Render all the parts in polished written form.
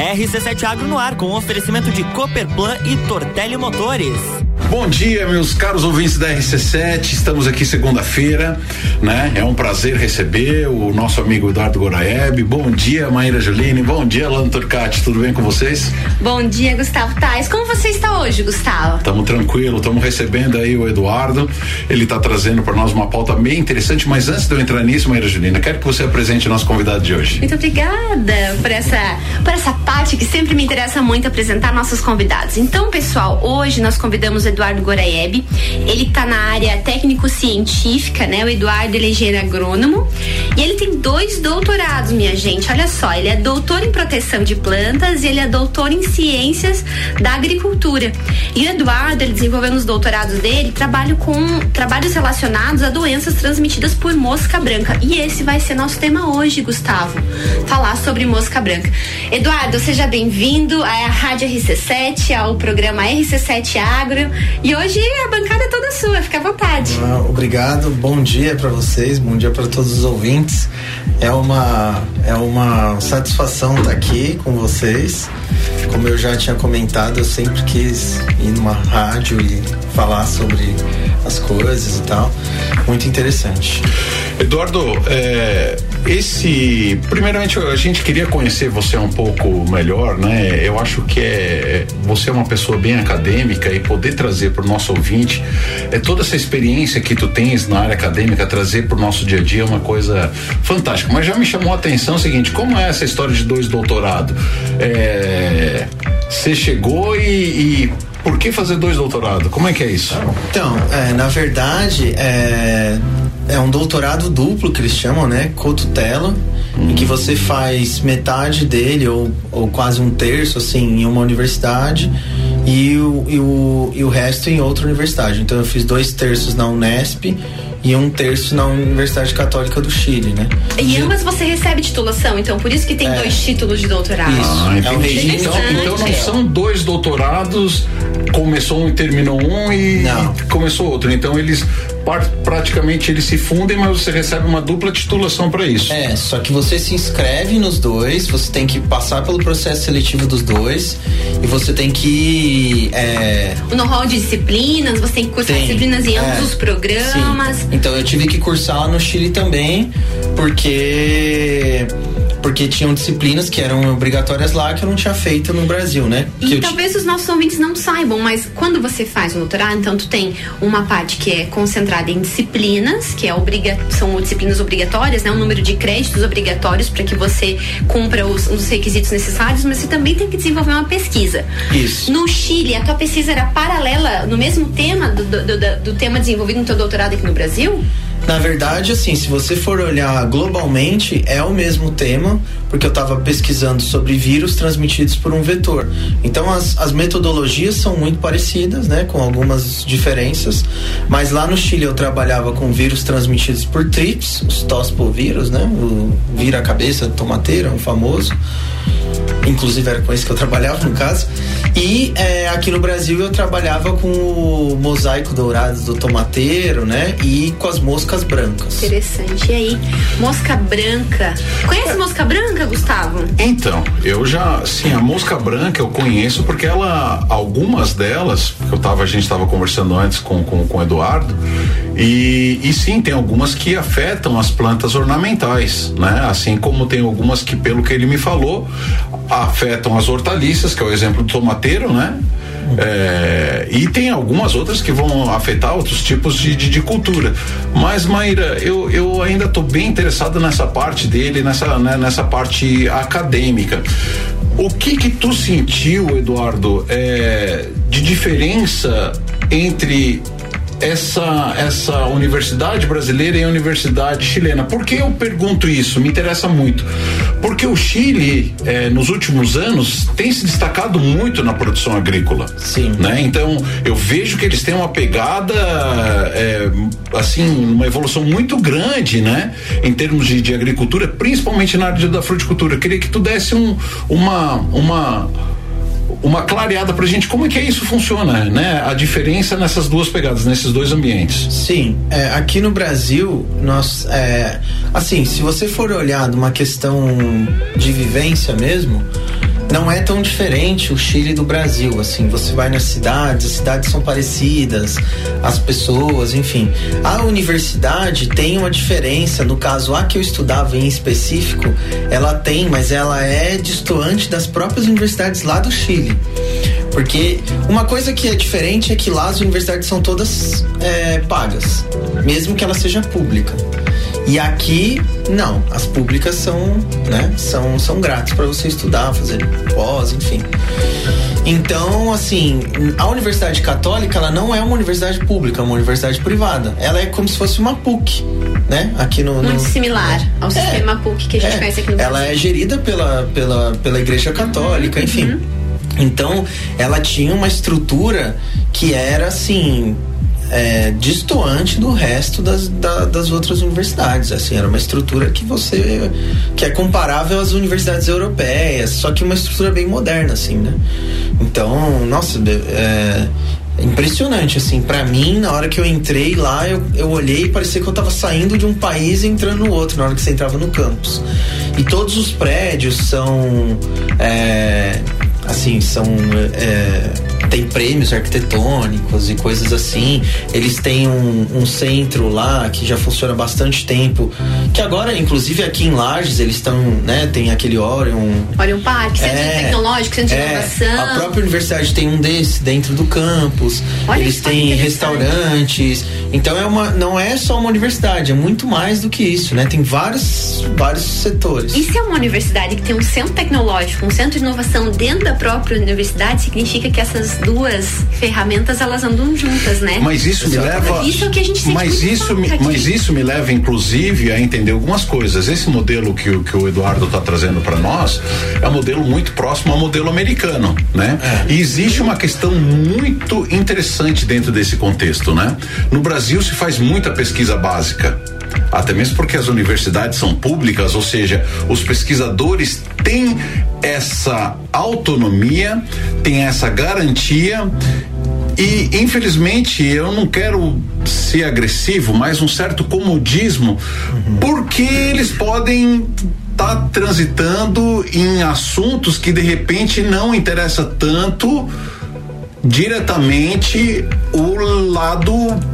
RC7 Agro no ar, com oferecimento de Cooperplan e Tortelli Motores. Bom dia, meus caros ouvintes da RC7, estamos aqui segunda-feira, né? É um prazer receber o nosso amigo Eduardo Goraeb. Bom dia, Maíra Juline. Bom dia, Alano Turcati. Tudo bem com vocês? Bom dia, Gustavo Tais. Como você está hoje, Gustavo? Estamos tranquilo, estamos recebendo aí o Eduardo. Ele está trazendo para nós uma pauta bem interessante, mas antes de eu entrar nisso, Maíra Juline, quero que você apresente o nosso convidado de hoje. Muito obrigada por essa parte que sempre me interessa muito, apresentar nossos convidados. Então, pessoal, hoje nós convidamos o Eduardo Goraeb. Ele está na área técnico-científica, né? O Eduardo, ele é engenheiro agrônomo e ele tem 2 doutorados, minha gente. Olha só, ele é doutor em proteção de plantas e ele é doutor em ciências da agricultura. E o Eduardo, ele desenvolveu nos doutorados dele trabalhos relacionados a doenças transmitidas por mosca branca. E esse vai ser nosso tema hoje, Gustavo. Falar sobre mosca branca. Eduardo, seja bem-vindo à Rádio RC7, ao programa RC7 Agro. E hoje a bancada é toda sua, fica à vontade. Obrigado, bom dia para vocês, bom dia para todos os ouvintes. É uma satisfação estar aqui com vocês. Como eu já tinha comentado, eu sempre quis ir numa rádio e falar sobre as coisas e tal. Muito interessante. Eduardo, primeiramente a gente queria conhecer você um pouco melhor, né? Eu acho que você é uma pessoa bem acadêmica e poder trazer para o nosso ouvinte toda essa experiência que tu tens na área acadêmica, trazer para o nosso dia a dia é uma coisa fantástica. Mas já me chamou a atenção o seguinte: como é essa história de 2 doutorados? Você chegou e por que fazer 2 doutorados? Como é que é isso? Então, na verdade, é um doutorado duplo que eles chamam, né? Cotutelo, em que você faz metade dele ou quase 1/3 assim em uma universidade e o resto em outra universidade. Então eu fiz 2/3 na Unesp e 1/3 na Universidade Católica do Chile, né? E ambas você recebe titulação, então por isso que tem 2 títulos de doutorado. Isso, é um regime. Então não são 2 doutorados, começou um e terminou um e começou outro. Então eles praticamente eles se fundem, mas você recebe uma dupla titulação para isso. Só que você se inscreve nos 2, você tem que passar pelo processo seletivo dos 2 e você tem que o know-how de disciplinas, você tem que cursar disciplinas em ambos os programas. Sim. Então eu tive que cursar lá no Chile também, porque tinham disciplinas que eram obrigatórias lá que eu não tinha feito no Brasil, né? E talvez os nossos ouvintes não saibam, mas quando você faz um doutorado, então tu tem uma parte que é concentrada em disciplinas, que são disciplinas obrigatórias, né? Um número de créditos obrigatórios para que você cumpra os requisitos necessários, mas você também tem que desenvolver uma pesquisa. Isso. No Chile, a tua pesquisa era paralela no mesmo tema do tema desenvolvido no teu doutorado aqui no Brasil? Na verdade, assim, se você for olhar globalmente, é o mesmo tema, porque eu estava pesquisando sobre vírus transmitidos por um vetor. Então, as metodologias são muito parecidas, né, com algumas diferenças, mas lá no Chile eu trabalhava com vírus transmitidos por trips, os tospovírus, né, o vira-cabeça tomateira, um famoso. Inclusive era com esse que eu trabalhava, no caso. E aqui no Brasil eu trabalhava com o mosaico dourado do tomateiro, né? E com as moscas brancas. Interessante. E aí, mosca branca. Conhece mosca branca, Gustavo? Então, a mosca branca eu conheço porque algumas delas, a gente estava conversando antes com o Eduardo, e sim, tem algumas que afetam as plantas ornamentais, né? Assim como tem algumas que, pelo que ele me falou, afetam as hortaliças, que é o exemplo do tomateiro, né? E tem algumas outras que vão afetar outros tipos de cultura. Mas, Maíra, eu ainda estou bem interessado nessa parte dele, nessa parte acadêmica. O que tu sentiu, Eduardo, de diferença entre essa universidade brasileira e a universidade chilena? Por que eu pergunto isso? Me interessa muito. Porque o Chile, nos últimos anos, tem se destacado muito na produção agrícola. Sim. Né? Então, eu vejo que eles têm uma pegada, uma evolução muito grande, né? Em termos de agricultura, principalmente na área da fruticultura. Eu queria que tu desse uma clareada pra gente como é que isso funciona, né? A diferença nessas duas pegadas, nesses dois ambientes. Sim, aqui no Brasil nós, se você for olhar numa questão de vivência mesmo, não é tão diferente o Chile do Brasil, assim, você vai nas cidades, as cidades são parecidas, as pessoas, enfim. A universidade tem uma diferença, no caso a que eu estudava em específico, ela tem, mas ela é distoante das próprias universidades lá do Chile. Porque uma coisa que é diferente é que lá as universidades são todas pagas, mesmo que ela seja pública. E aqui, não, as públicas são, né, são grátis para você estudar, fazer pós, enfim. Então, assim, a Universidade Católica, ela não é uma universidade pública, é uma universidade privada. Ela é como se fosse uma PUC, né? Aqui muito similar ao sistema PUC que a gente conhece aqui no Brasil. Ela é gerida pela Igreja Católica, enfim. Então, ela tinha uma estrutura que era, assim, distoante do resto das outras universidades, assim, era uma estrutura que é comparável às universidades europeias, só que uma estrutura bem moderna, assim, né? Então, nossa, impressionante, assim, pra mim, na hora que eu entrei lá, eu olhei e parecia que eu tava saindo de um país e entrando no outro, na hora que você entrava no campus. E todos os prédios são tem prêmios arquitetônicos e coisas assim. Eles têm um centro lá que já funciona há bastante tempo, que agora, inclusive aqui em Lages, eles estão, né, tem aquele Orion Park, centro tecnológico, centro de inovação. A própria universidade tem um desse dentro do campus. Eles têm restaurantes. Então não é só uma universidade, é muito mais do que isso, né? Tem vários setores. E se é uma universidade que tem um centro tecnológico, um centro de inovação dentro da própria universidade, significa que essas duas ferramentas, elas andam juntas, né? Mas isso me leva... Isso é o que a gente sente mas isso me leva, inclusive, a entender algumas coisas. Esse modelo que o Eduardo está trazendo para nós é um modelo muito próximo ao modelo americano, né? E existe uma questão muito interessante dentro desse contexto, né? No Brasil se faz muita pesquisa básica, até mesmo porque as universidades são públicas, ou seja, os pesquisadores têm essa autonomia, têm essa garantia. E infelizmente eu não quero ser agressivo, mas um certo comodismo, porque eles podem estar transitando em assuntos que de repente não interessa tanto diretamente o lado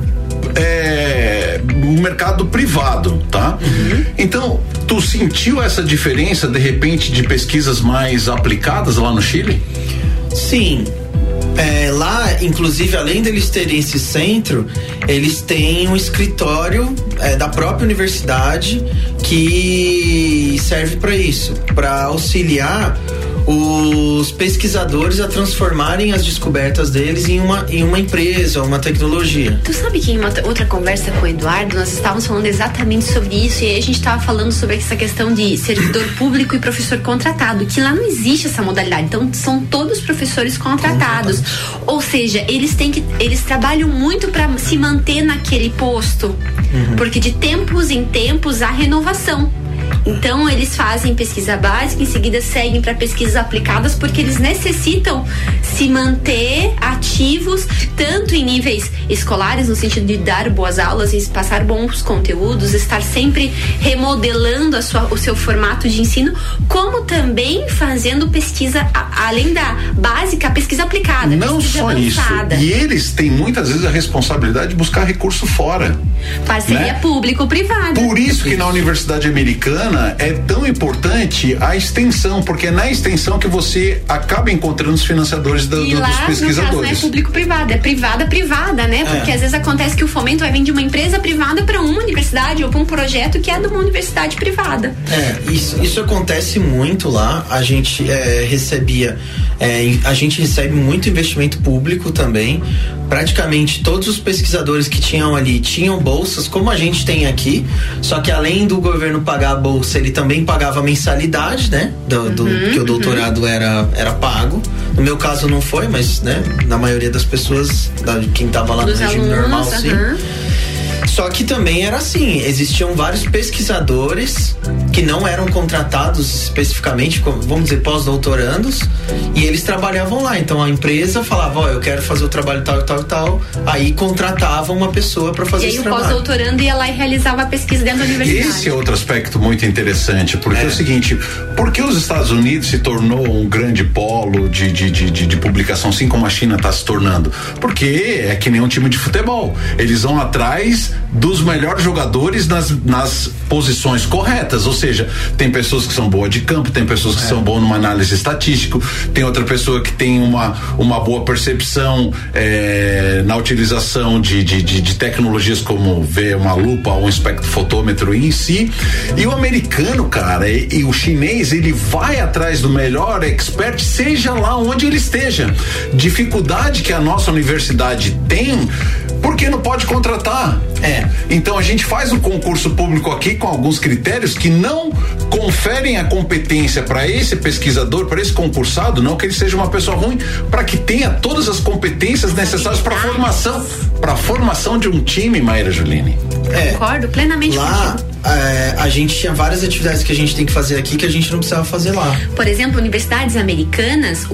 o mercado privado, tá? Então, tu sentiu essa diferença de repente de pesquisas mais aplicadas lá no Chile? Sim. Lá, inclusive, além deles terem esse centro, eles têm um escritório da própria universidade que serve para isso, para auxiliar os pesquisadores a transformarem as descobertas deles em uma empresa, uma tecnologia. Tu sabe que em uma outra conversa com o Eduardo, nós estávamos falando exatamente sobre isso, e aí a gente estava falando sobre essa questão de servidor público e professor contratado, que lá não existe essa modalidade, então são todos professores contratados. Ou seja, eles trabalham muito para se manter naquele posto, porque de tempos em tempos há renovação. Então eles fazem pesquisa básica, em seguida seguem para pesquisas aplicadas, porque eles necessitam se manter ativos tanto em níveis escolares, no sentido de dar boas aulas e passar bons conteúdos, estar sempre remodelando o seu formato de ensino, como também fazendo pesquisa além da básica, a pesquisa aplicada, não pesquisa só avançada. Isso, e eles têm muitas vezes a responsabilidade de buscar recurso fora, parceria, né? Público-privada. Por isso que na Universidade Americana é tão importante a extensão, porque é na extensão que você acaba encontrando os financiadores dos pesquisadores. No caso, não é público-privado, é privada, né? Porque às vezes acontece que o fomento vai vir de uma empresa privada para uma universidade ou para um projeto que é de uma universidade privada. Isso acontece muito lá. A gente recebe muito investimento público também. Praticamente todos os pesquisadores que tinham ali tinham bolsas, como a gente tem aqui, só que além do governo pagar a bolsa, ele também pagava a mensalidade, né? Que o doutorado era pago. No meu caso não foi, mas, né? Na maioria das pessoas, quem tava lá no regime normal, sim. Só que também era assim, existiam vários pesquisadores que não eram contratados especificamente, como, vamos dizer, pós-doutorandos, e eles trabalhavam lá. Então a empresa falava, eu quero fazer o trabalho tal, aí contratava uma pessoa para fazer esse trabalho. E aí o pós-doutorando ia lá e realizava a pesquisa dentro da universidade. Esse é outro aspecto muito interessante, porque é o seguinte, por que os Estados Unidos se tornou um grande polo de publicação, assim como a China está se tornando? Porque é que nem um time de futebol, eles vão atrás dos melhores jogadores nas posições corretas, ou seja, tem pessoas que são boas de campo, tem pessoas que são boas numa análise estatística, tem outra pessoa que tem uma boa percepção na utilização de tecnologias como ver uma lupa ou um espectrofotômetro em si, e o americano, cara, e o chinês, ele vai atrás do melhor expert, seja lá onde ele esteja. Dificuldade que a nossa universidade tem, porque não pode contratar. Então a gente faz um concurso público aqui com alguns critérios que não conferem a competência para esse pesquisador, para esse concursado, não que ele seja uma pessoa ruim, para que tenha todas as competências necessárias para a formação de um time, Maíra Juline. Concordo plenamente lá, contigo. A gente tinha várias atividades que a gente tem que fazer aqui que a gente não precisava fazer lá. Por exemplo, universidades americanas,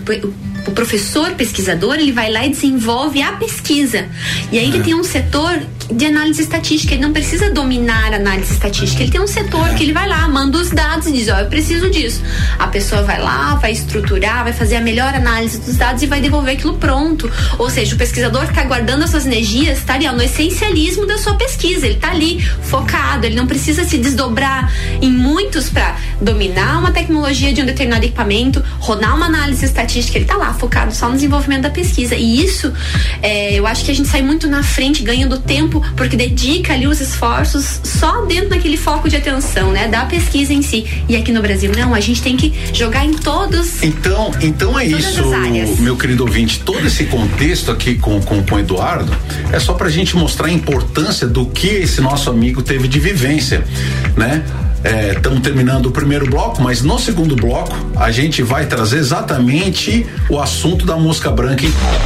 o professor pesquisador, ele vai lá e desenvolve a pesquisa. E aí ele tem um setor de análise estatística, ele não precisa dominar a análise estatística, ele tem um setor que ele vai lá, manda os dados e diz, eu preciso disso. A pessoa vai lá, vai estruturar, vai fazer a melhor análise dos dados e vai devolver aquilo pronto. Ou seja, o pesquisador está guardando as suas energias, está ali, no essencialismo da sua pesquisa, ele está ali focado, ele não precisa se desdobrar em muitos para dominar uma tecnologia de um determinado equipamento, rodar uma análise estatística, ele está lá focado só no desenvolvimento da pesquisa. E isso, eu acho que a gente sai muito na frente, ganhando tempo, porque dedica ali os esforços só dentro daquele foco de atenção, né, da pesquisa em si. E aqui no Brasil não, a gente tem que jogar em todos. Então é isso, meu querido ouvinte, todo esse contexto aqui com o Eduardo é só pra gente mostrar a importância do que esse nosso amigo teve de vivência, né? Estamos terminando o primeiro bloco, mas no segundo bloco a gente vai trazer exatamente o assunto da mosca branca.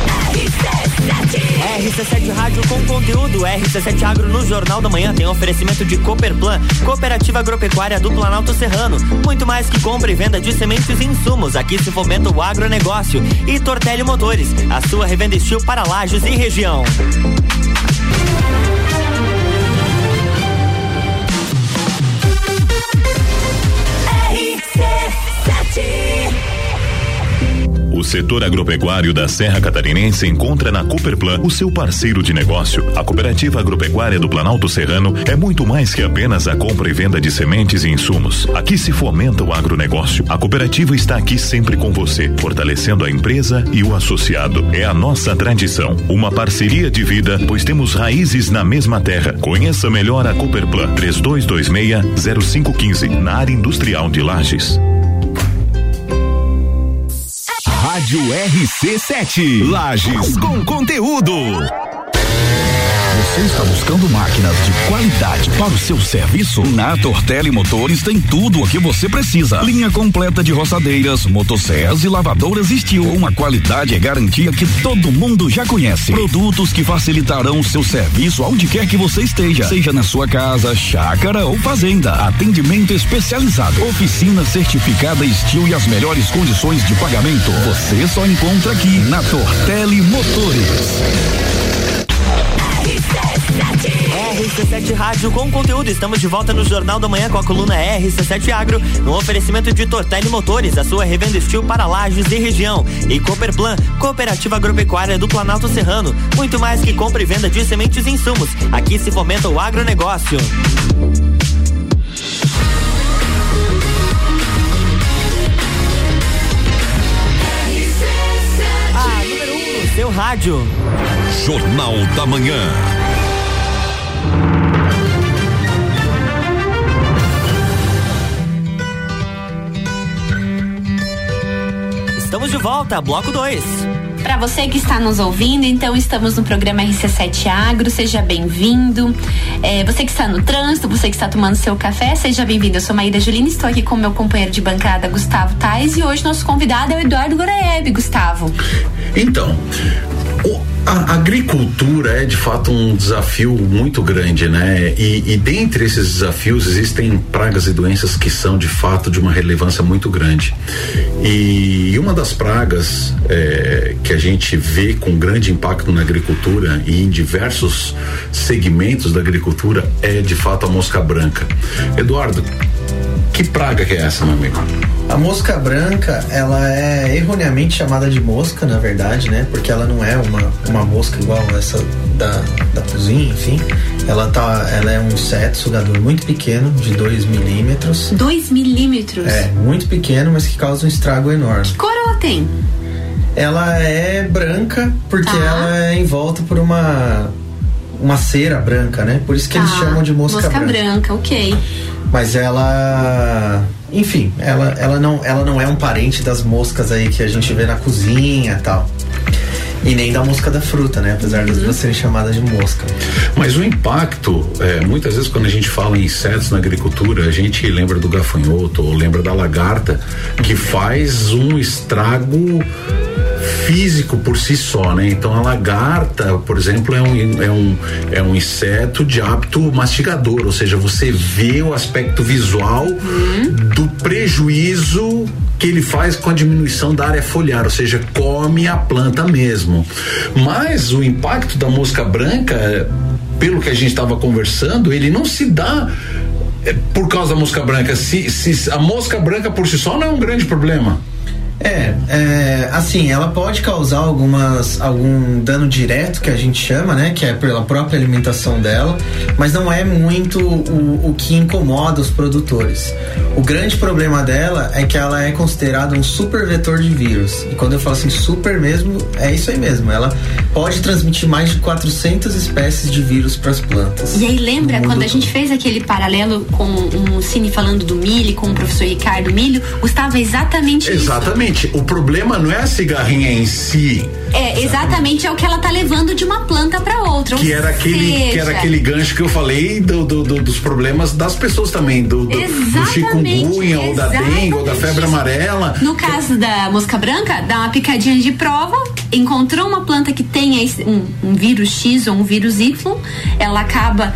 RC7 Rádio com conteúdo. RC7 Agro no Jornal da Manhã tem oferecimento de Cooperplan, Cooperativa Agropecuária do Planalto Serrano. Muito mais que compra e venda de sementes e insumos. Aqui se fomenta o agronegócio. E Tortelli Motores, a sua revenda Estil para Lajes e região. O setor agropecuário da Serra Catarinense encontra na Cooperplan o seu parceiro de negócio. A Cooperativa Agropecuária do Planalto Serrano é muito mais que apenas a compra e venda de sementes e insumos. Aqui se fomenta o agronegócio. A cooperativa está aqui sempre com você, fortalecendo a empresa e o associado. É a nossa tradição, uma parceria de vida, pois temos raízes na mesma terra. Conheça melhor a Cooperplan, 3226-0515, na área industrial de Lajes. Rádio RC7, Lajes com conteúdo. Você está buscando máquinas de qualidade para o seu serviço? Na Tortelli Motores tem tudo o que você precisa. Linha completa de roçadeiras, motosserras e lavadoras Estil. Uma qualidade e garantia que todo mundo já conhece. Produtos que facilitarão o seu serviço aonde quer que você esteja. Seja na sua casa, chácara ou fazenda. Atendimento especializado. Oficina certificada Estil e as melhores condições de pagamento. Você só encontra aqui na Tortelli Motores. RC7 Rádio com conteúdo. Estamos de volta no Jornal da Manhã com a coluna RC7 Agro, no oferecimento de Tortelli Motores, a sua revenda Estil para Lajes e região. E Cooperplan, Cooperativa Agropecuária do Planalto Serrano. Muito mais que compra e venda de sementes e insumos. Aqui se fomenta o agronegócio. A número 1 no seu rádio. Jornal da Manhã. Estamos de volta, bloco 2. Para você que está nos ouvindo, então estamos no programa RC7 Agro, seja bem-vindo. Você que está no trânsito, você que está tomando seu café, seja bem-vindo. Eu sou Maíra Juline, estou aqui com meu companheiro de bancada, Gustavo Tais, e hoje nosso convidado é o Eduardo Goraeb. Gustavo. Então, A agricultura é de fato um desafio muito grande, né? E dentre esses desafios existem pragas e doenças que são de fato de uma relevância muito grande. E uma das pragas que a gente vê com grande impacto na agricultura e em diversos segmentos da agricultura é de fato a mosca branca. Eduardo, que praga que é essa, meu amigo? A mosca branca, ela é erroneamente chamada de mosca, na verdade, né? Porque ela não é uma mosca igual essa da cozinha, enfim. Ela é um inseto sugador muito pequeno, de 2 milímetros. 2 milímetros? É, muito pequeno, mas que causa um estrago enorme. Que cor ela tem? Ela é branca, porque ela é envolta por uma cera branca, né? Por isso que eles chamam de mosca branca. Mosca branca, ok. Mas ela, enfim, ela não é um parente das moscas aí que a gente vê na cozinha e tal. E nem da mosca da fruta, né? Apesar das duas serem chamadas de mosca. Mas o impacto, muitas vezes quando a gente fala em insetos na agricultura, a gente lembra do gafanhoto ou lembra da lagarta, que faz um estrago físico por si só, né? Então a lagarta, por exemplo, é um inseto de hábito mastigador, ou seja, você vê o aspecto visual do prejuízo que ele faz com a diminuição da área foliar, ou seja, come a planta mesmo. Mas o impacto da mosca branca, pelo que a gente estava conversando, ele não se dá por causa da mosca branca. Se a mosca branca por si só não é um grande problema. Assim, ela pode causar algum dano direto, que a gente chama, né? Que é pela própria alimentação dela, mas não é muito o que incomoda os produtores. O grande problema dela é que ela é considerada um super vetor de vírus. E quando eu falo assim, super mesmo, é isso aí mesmo. Ela pode transmitir mais de 400 espécies de vírus para as plantas. E aí lembra quando a gente fez aquele paralelo com o Cine falando do milho, com o professor Ricardo Milho, Gustavo, exatamente isso. Exatamente. O problema não é a cigarrinha em si. Exatamente, é o que ela tá levando de uma planta para outra. Que era aquele gancho que eu falei dos problemas das pessoas também, do chikungunya, ou da dengue, ou da febre amarela. No caso da mosca branca, dá uma picadinha de prova, encontrou uma planta que tenha um vírus X ou um vírus Y, ela acaba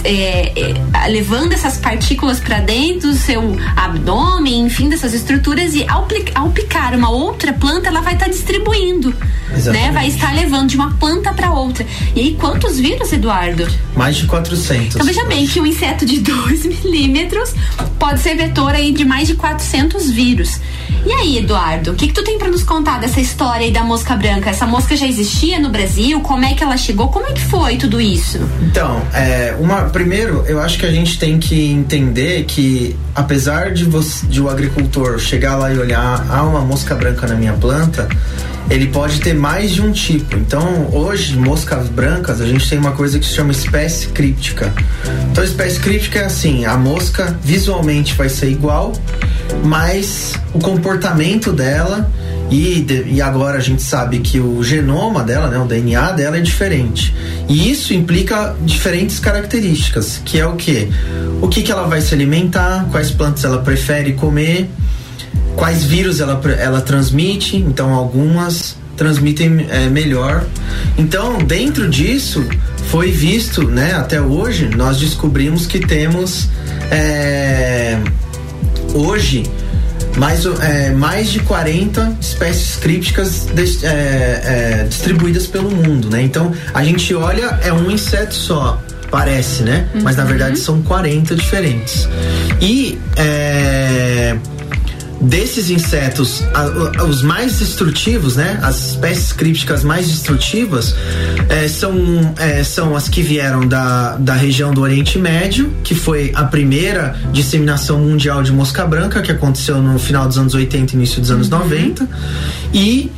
levando essas partículas para dentro do seu abdômen, enfim, dessas estruturas, e ao picar uma outra planta, ela vai estar distribuindo, né? Vai estar levando de uma planta para outra. E aí, quantos vírus, Eduardo? Mais de 400. Então veja bem que um inseto de 2 milímetros pode ser vetor aí de mais de 400 vírus. E aí, Eduardo, o que tu tem para nos contar dessa história aí da mosca branca? Essa mosca já existia no Brasil? Como é que ela chegou? Como é que foi tudo isso? Então, primeiro, eu acho que a gente tem que entender que, apesar de o agricultor chegar lá e olhar, uma mosca branca na minha planta, ele pode ter mais de um tipo. Então, hoje, moscas brancas, a gente tem uma coisa que se chama espécie críptica. Então, a espécie críptica é assim, a mosca visualmente vai ser igual, mas o comportamento dela e agora a gente sabe que o genoma dela, né, o DNA dela é diferente. E isso implica diferentes características, que é o quê? O que ela vai se alimentar, quais plantas ela prefere comer, quais vírus ela transmite. Então algumas transmitem melhor. Então dentro disso foi visto, né, até hoje nós descobrimos que temos hoje mais de 40 espécies crípticas distribuídas pelo mundo, né? Então a gente olha, é um inseto só, parece, né? Mas na verdade são 40 diferentes. E desses insetos, os mais destrutivos, né? As espécies crípticas mais destrutivas são as que vieram da região do Oriente Médio, que foi a primeira disseminação mundial de mosca branca, que aconteceu no final dos anos 80 e início dos anos 90. E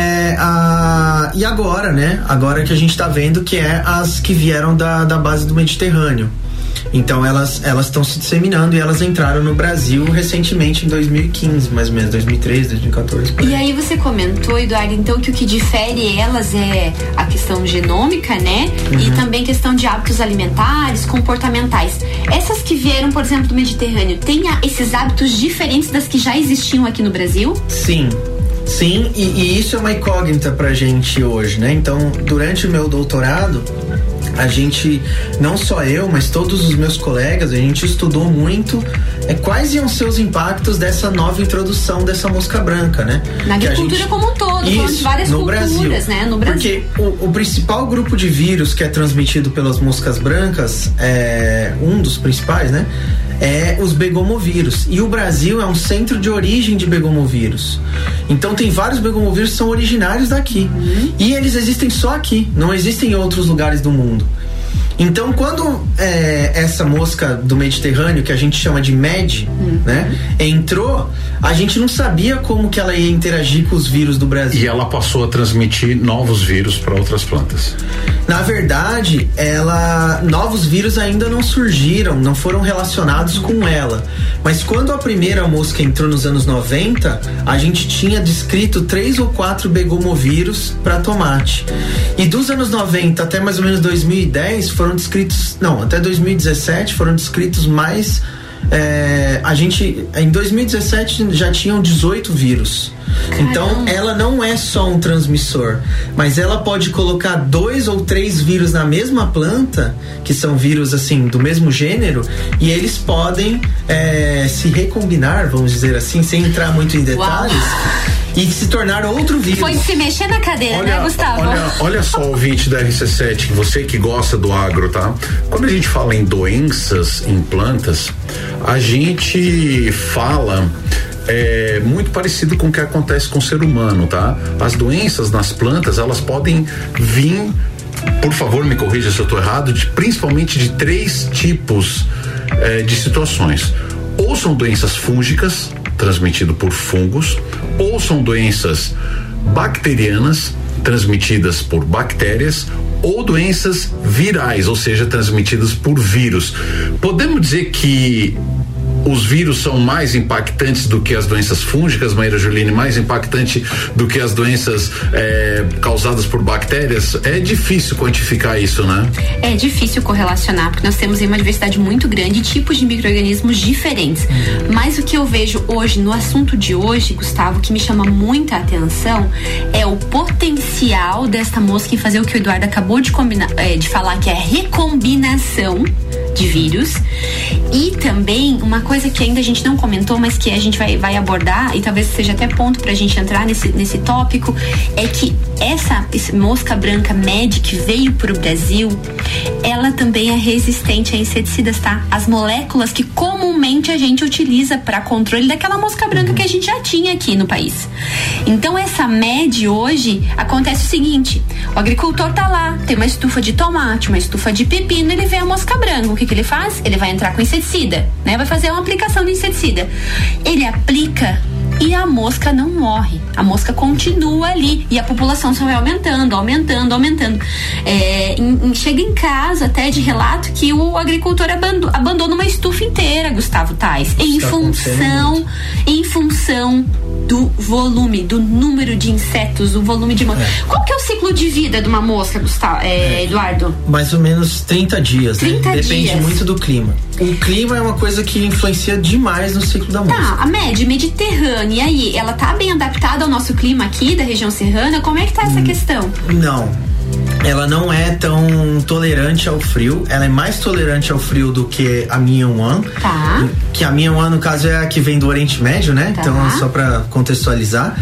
agora, né? Agora que a gente tá vendo que as que vieram da base do Mediterrâneo. Então elas estão se disseminando e elas entraram no Brasil recentemente, em 2015, mais ou menos, 2013, 2014. E aí você comentou, Eduardo, então que o que difere elas é a questão genômica, né? E também questão de hábitos alimentares, comportamentais. Essas que vieram, por exemplo, do Mediterrâneo, têm esses hábitos diferentes das que já existiam aqui no Brasil? Sim. Sim, e isso é uma incógnita pra gente hoje, né? Então, durante o meu doutorado, a gente, não só eu, mas todos os meus colegas, a gente estudou muito quais iam ser os impactos dessa nova introdução dessa mosca branca, né? Na agricultura como um todo, falando de várias culturas, Brasil, né? No Brasil. Porque o principal grupo de vírus que é transmitido pelas moscas brancas, um dos principais, né? É os begomovírus. E o Brasil é um centro de origem de begomovírus. Então tem vários begomovírus que são originários daqui. E eles existem só aqui, não existem em outros lugares do mundo. Então, quando essa mosca do Mediterrâneo, que a gente chama de MED, né, entrou, a gente não sabia como que ela ia interagir com os vírus do Brasil. E ela passou a transmitir novos vírus para outras plantas. Na verdade, novos vírus ainda não surgiram, não foram relacionados com ela. Mas quando a primeira mosca entrou nos anos 90, a gente tinha descrito 3 ou 4 begomovírus para tomate. E dos anos 90 até mais ou menos 2010 foram descritos, até 2017 foram descritos mais. Em 2017 já tinham 18 vírus. Caramba. Então ela não é só um transmissor, mas ela pode colocar 2 ou 3 vírus na mesma planta, que são vírus assim do mesmo gênero, e eles podem se recombinar, vamos dizer assim, sem entrar muito em detalhes. Uau. E se tornar outro vírus. Foi se mexer na cadeira, né, Gustavo? Olha só, ouvinte da RC7, você que gosta do agro, tá? Quando a gente fala em doenças em plantas, a gente fala muito parecido com o que acontece com o ser humano, tá? As doenças nas plantas, elas podem vir, por favor, me corrija se eu estou errado, principalmente de 3 tipos de situações. Ou são doenças fúngicas, transmitido por fungos, ou são doenças bacterianas, transmitidas por bactérias, ou doenças virais, ou seja, transmitidas por vírus. Podemos dizer que os vírus são mais impactantes do que as doenças fúngicas, Maíra Juline, mais impactante do que as doenças causadas por bactérias? É difícil quantificar isso, né? É difícil correlacionar, porque nós temos uma diversidade muito grande de tipos de micro-organismos diferentes. Mas o que eu vejo hoje, no assunto de hoje, Gustavo, que me chama muita atenção, é o potencial desta mosca em fazer o que o Eduardo acabou de falar, que é a recombinação de vírus. E também uma coisa que ainda a gente não comentou, mas que a gente vai abordar, e talvez seja até ponto pra gente entrar nesse tópico, é que essa mosca branca MED que veio pro Brasil, ela também é resistente a inseticidas, tá? As moléculas que comumente a gente utiliza para controle daquela mosca branca que a gente já tinha aqui no país. Então essa MED hoje acontece o seguinte: o agricultor tá lá, tem uma estufa de tomate, uma estufa de pepino, ele vê a mosca branca, o que ele faz? Ele vai entrar com inseticida, né? Vai fazer uma aplicação de inseticida. Ele aplica e a mosca não morre. A mosca continua ali e a população só vai aumentando. Chega em casa até de relato que o agricultor abandona uma estufa inteira, Gustavo Tais, em função do volume, do número de insetos, do volume de mosca. Qual que é o ciclo de vida de uma mosca, Gustavo, Eduardo? Mais ou menos 30 dias, 30 né? Depende dias. muito do clima. O clima é uma coisa que influencia demais no ciclo da mosca. Tá, a MED mediterrânea, e aí, ela tá bem adaptada ao nosso clima aqui, da região serrana? Como é que tá essa questão? Não. Ela não é tão tolerante ao frio. Ela é mais tolerante ao frio do que a Mian-1. Tá. Que a Mian-1, no caso, é a que vem do Oriente Médio, né? Tá. Então, só pra contextualizar.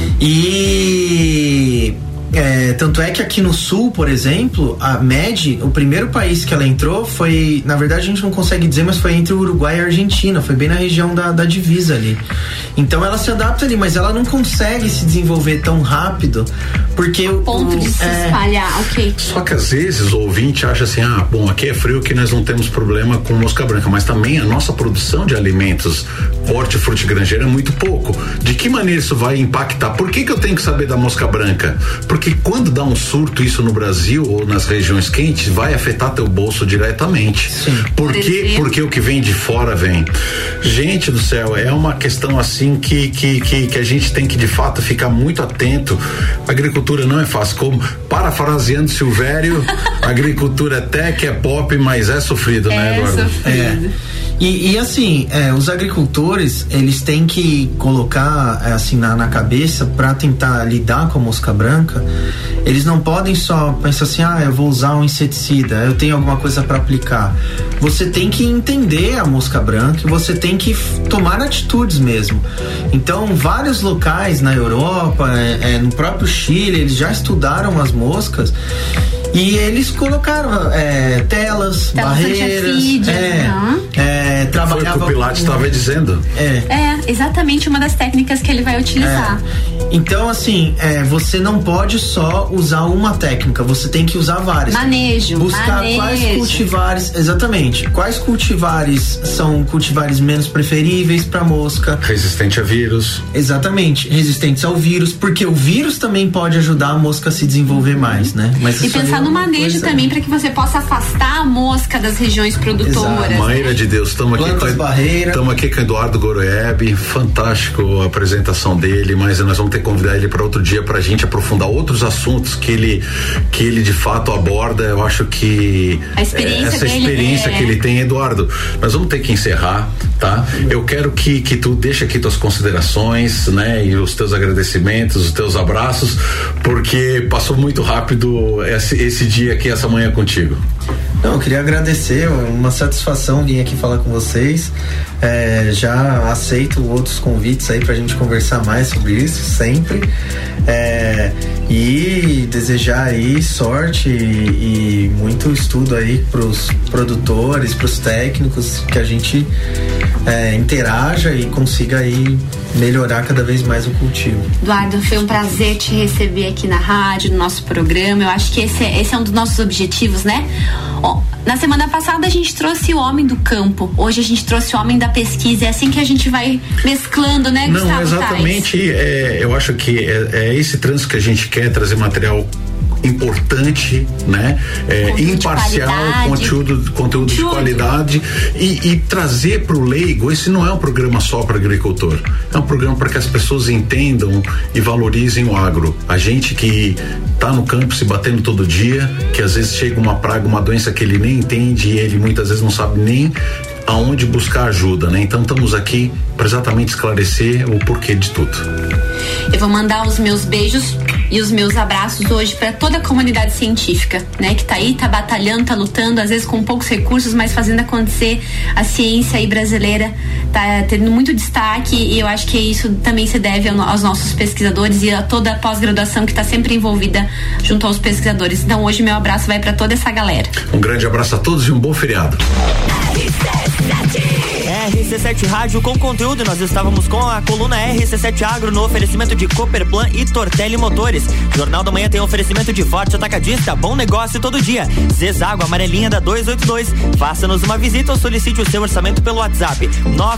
E... tanto é que aqui no sul, por exemplo, a MED, o primeiro país que ela entrou foi, na verdade a gente não consegue dizer, mas foi entre o Uruguai e a Argentina, foi bem na região da divisa ali. Então ela se adapta ali, mas ela não consegue se desenvolver tão rápido, porque a ponto de se espalhar, ok. Só que às vezes o ouvinte acha assim, aqui é frio que nós não temos problema com mosca branca, mas também a nossa produção de alimentos, hortifruti granjeiro, é muito pouco. De que maneira isso vai impactar? Por que eu tenho que saber da mosca branca? Porque quando dá um surto isso no Brasil ou nas regiões quentes, vai afetar teu bolso diretamente. Sim. Por quê? Porque o que vem de fora vem. Gente do céu, é uma questão assim que a gente tem que de fato ficar muito atento. A agricultura não é fácil, como parafraseando Silvério, a agricultura até que é pop, mas é sofrido, né, Eduardo? Sofrido. E assim, os agricultores, eles têm que colocar assim na cabeça, para tentar lidar com a mosca branca, eles não podem só pensar assim, eu vou usar um inseticida, eu tenho alguma coisa para aplicar. Você tem que entender a mosca branca e você tem que tomar atitudes mesmo. Então, vários locais na Europa, no próprio Chile, eles já estudaram as moscas e eles colocaram telas, barreiras, Foi trabalhava. o que o Pilates estava dizendo. Exatamente uma das técnicas que ele vai utilizar. Então, assim, você não pode só usar uma técnica, você tem que usar várias. Buscar quais cultivares, exatamente, quais cultivares são cultivares menos preferíveis para mosca. Resistente a vírus. Exatamente, resistentes ao vírus, porque o vírus também pode ajudar a mosca a se desenvolver mais, né? Mas e pensar no manejo também, para que você possa afastar a mosca das regiões produtoras. Maíra de Deus, estamos aqui com o Eduardo Goroeb, fantástico a apresentação dele, mas nós vamos ter que convidar ele para outro dia pra gente aprofundar outros assuntos que ele de fato aborda. Eu acho que essa experiência que ele tem, Eduardo, nós vamos ter que encerrar, tá? Eu quero que tu deixe aqui tuas considerações, né? E os teus agradecimentos, os teus abraços, porque passou muito rápido esse dia aqui, essa manhã contigo. Não, eu queria agradecer, uma satisfação vir aqui falar com vocês. Já aceito outros convites aí pra gente conversar mais sobre isso, sempre. E desejar aí sorte e muito estudo aí pros produtores, pros técnicos, que a gente interaja e consiga aí melhorar cada vez mais o cultivo. Eduardo, foi um prazer te receber aqui na rádio, no nosso programa. Eu acho que esse é um dos nossos objetivos, né? Na semana passada a gente trouxe o homem do campo, hoje a gente trouxe o homem da pesquisa. É assim que a gente vai mesclando, né, Gustavo? Não, exatamente. Eu acho que é esse trânsito que a gente quer, trazer material importante, né? Imparcial, conteúdo de qualidade e trazer para o leigo. Esse não é um programa só para agricultor, é um programa para que as pessoas entendam e valorizem o agro. A gente que tá no campo se batendo todo dia, que às vezes chega uma praga, uma doença que ele nem entende e ele muitas vezes não sabe nem aonde buscar ajuda, né? Então estamos aqui para exatamente esclarecer o porquê de tudo. Eu vou mandar os meus beijos e os meus abraços hoje para toda a comunidade científica, né? Que tá aí, tá batalhando, tá lutando, às vezes com poucos recursos, mas fazendo acontecer. A ciência aí brasileira tá tendo muito destaque e eu acho que isso também se deve aos nossos pesquisadores e a toda a pós-graduação que tá sempre envolvida junto aos pesquisadores. Então hoje meu abraço vai para toda essa galera. Um grande abraço a todos e um bom feriado. RC7 Rádio com conteúdo. Nós estávamos com a coluna RC7 Agro no oferecimento de Cooperplan e Tortelli Motores. Jornal da Manhã tem oferecimento de Forte Atacadista, bom negócio todo dia. Zezago, amarelinha da 282. Faça-nos uma visita ou solicite o seu orçamento pelo WhatsApp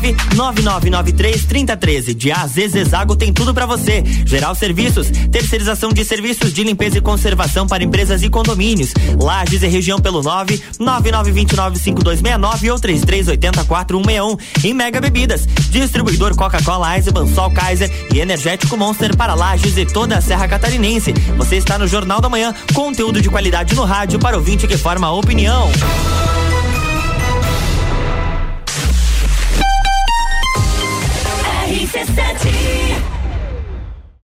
999933013. De AZ Zezago tem tudo pra você. Geral Serviços, terceirização de serviços de limpeza e conservação para empresas e condomínios. Lages e região pelo 999295269 ou 33804161. Em Mega Bebidas, distribuidor Coca-Cola, Eisenbahn, Sol Kaiser e Energético Monster para Lages e toda a Serra Catarinense. Você está no Jornal da Manhã, conteúdo de qualidade no rádio para ouvinte que forma a opinião. RC7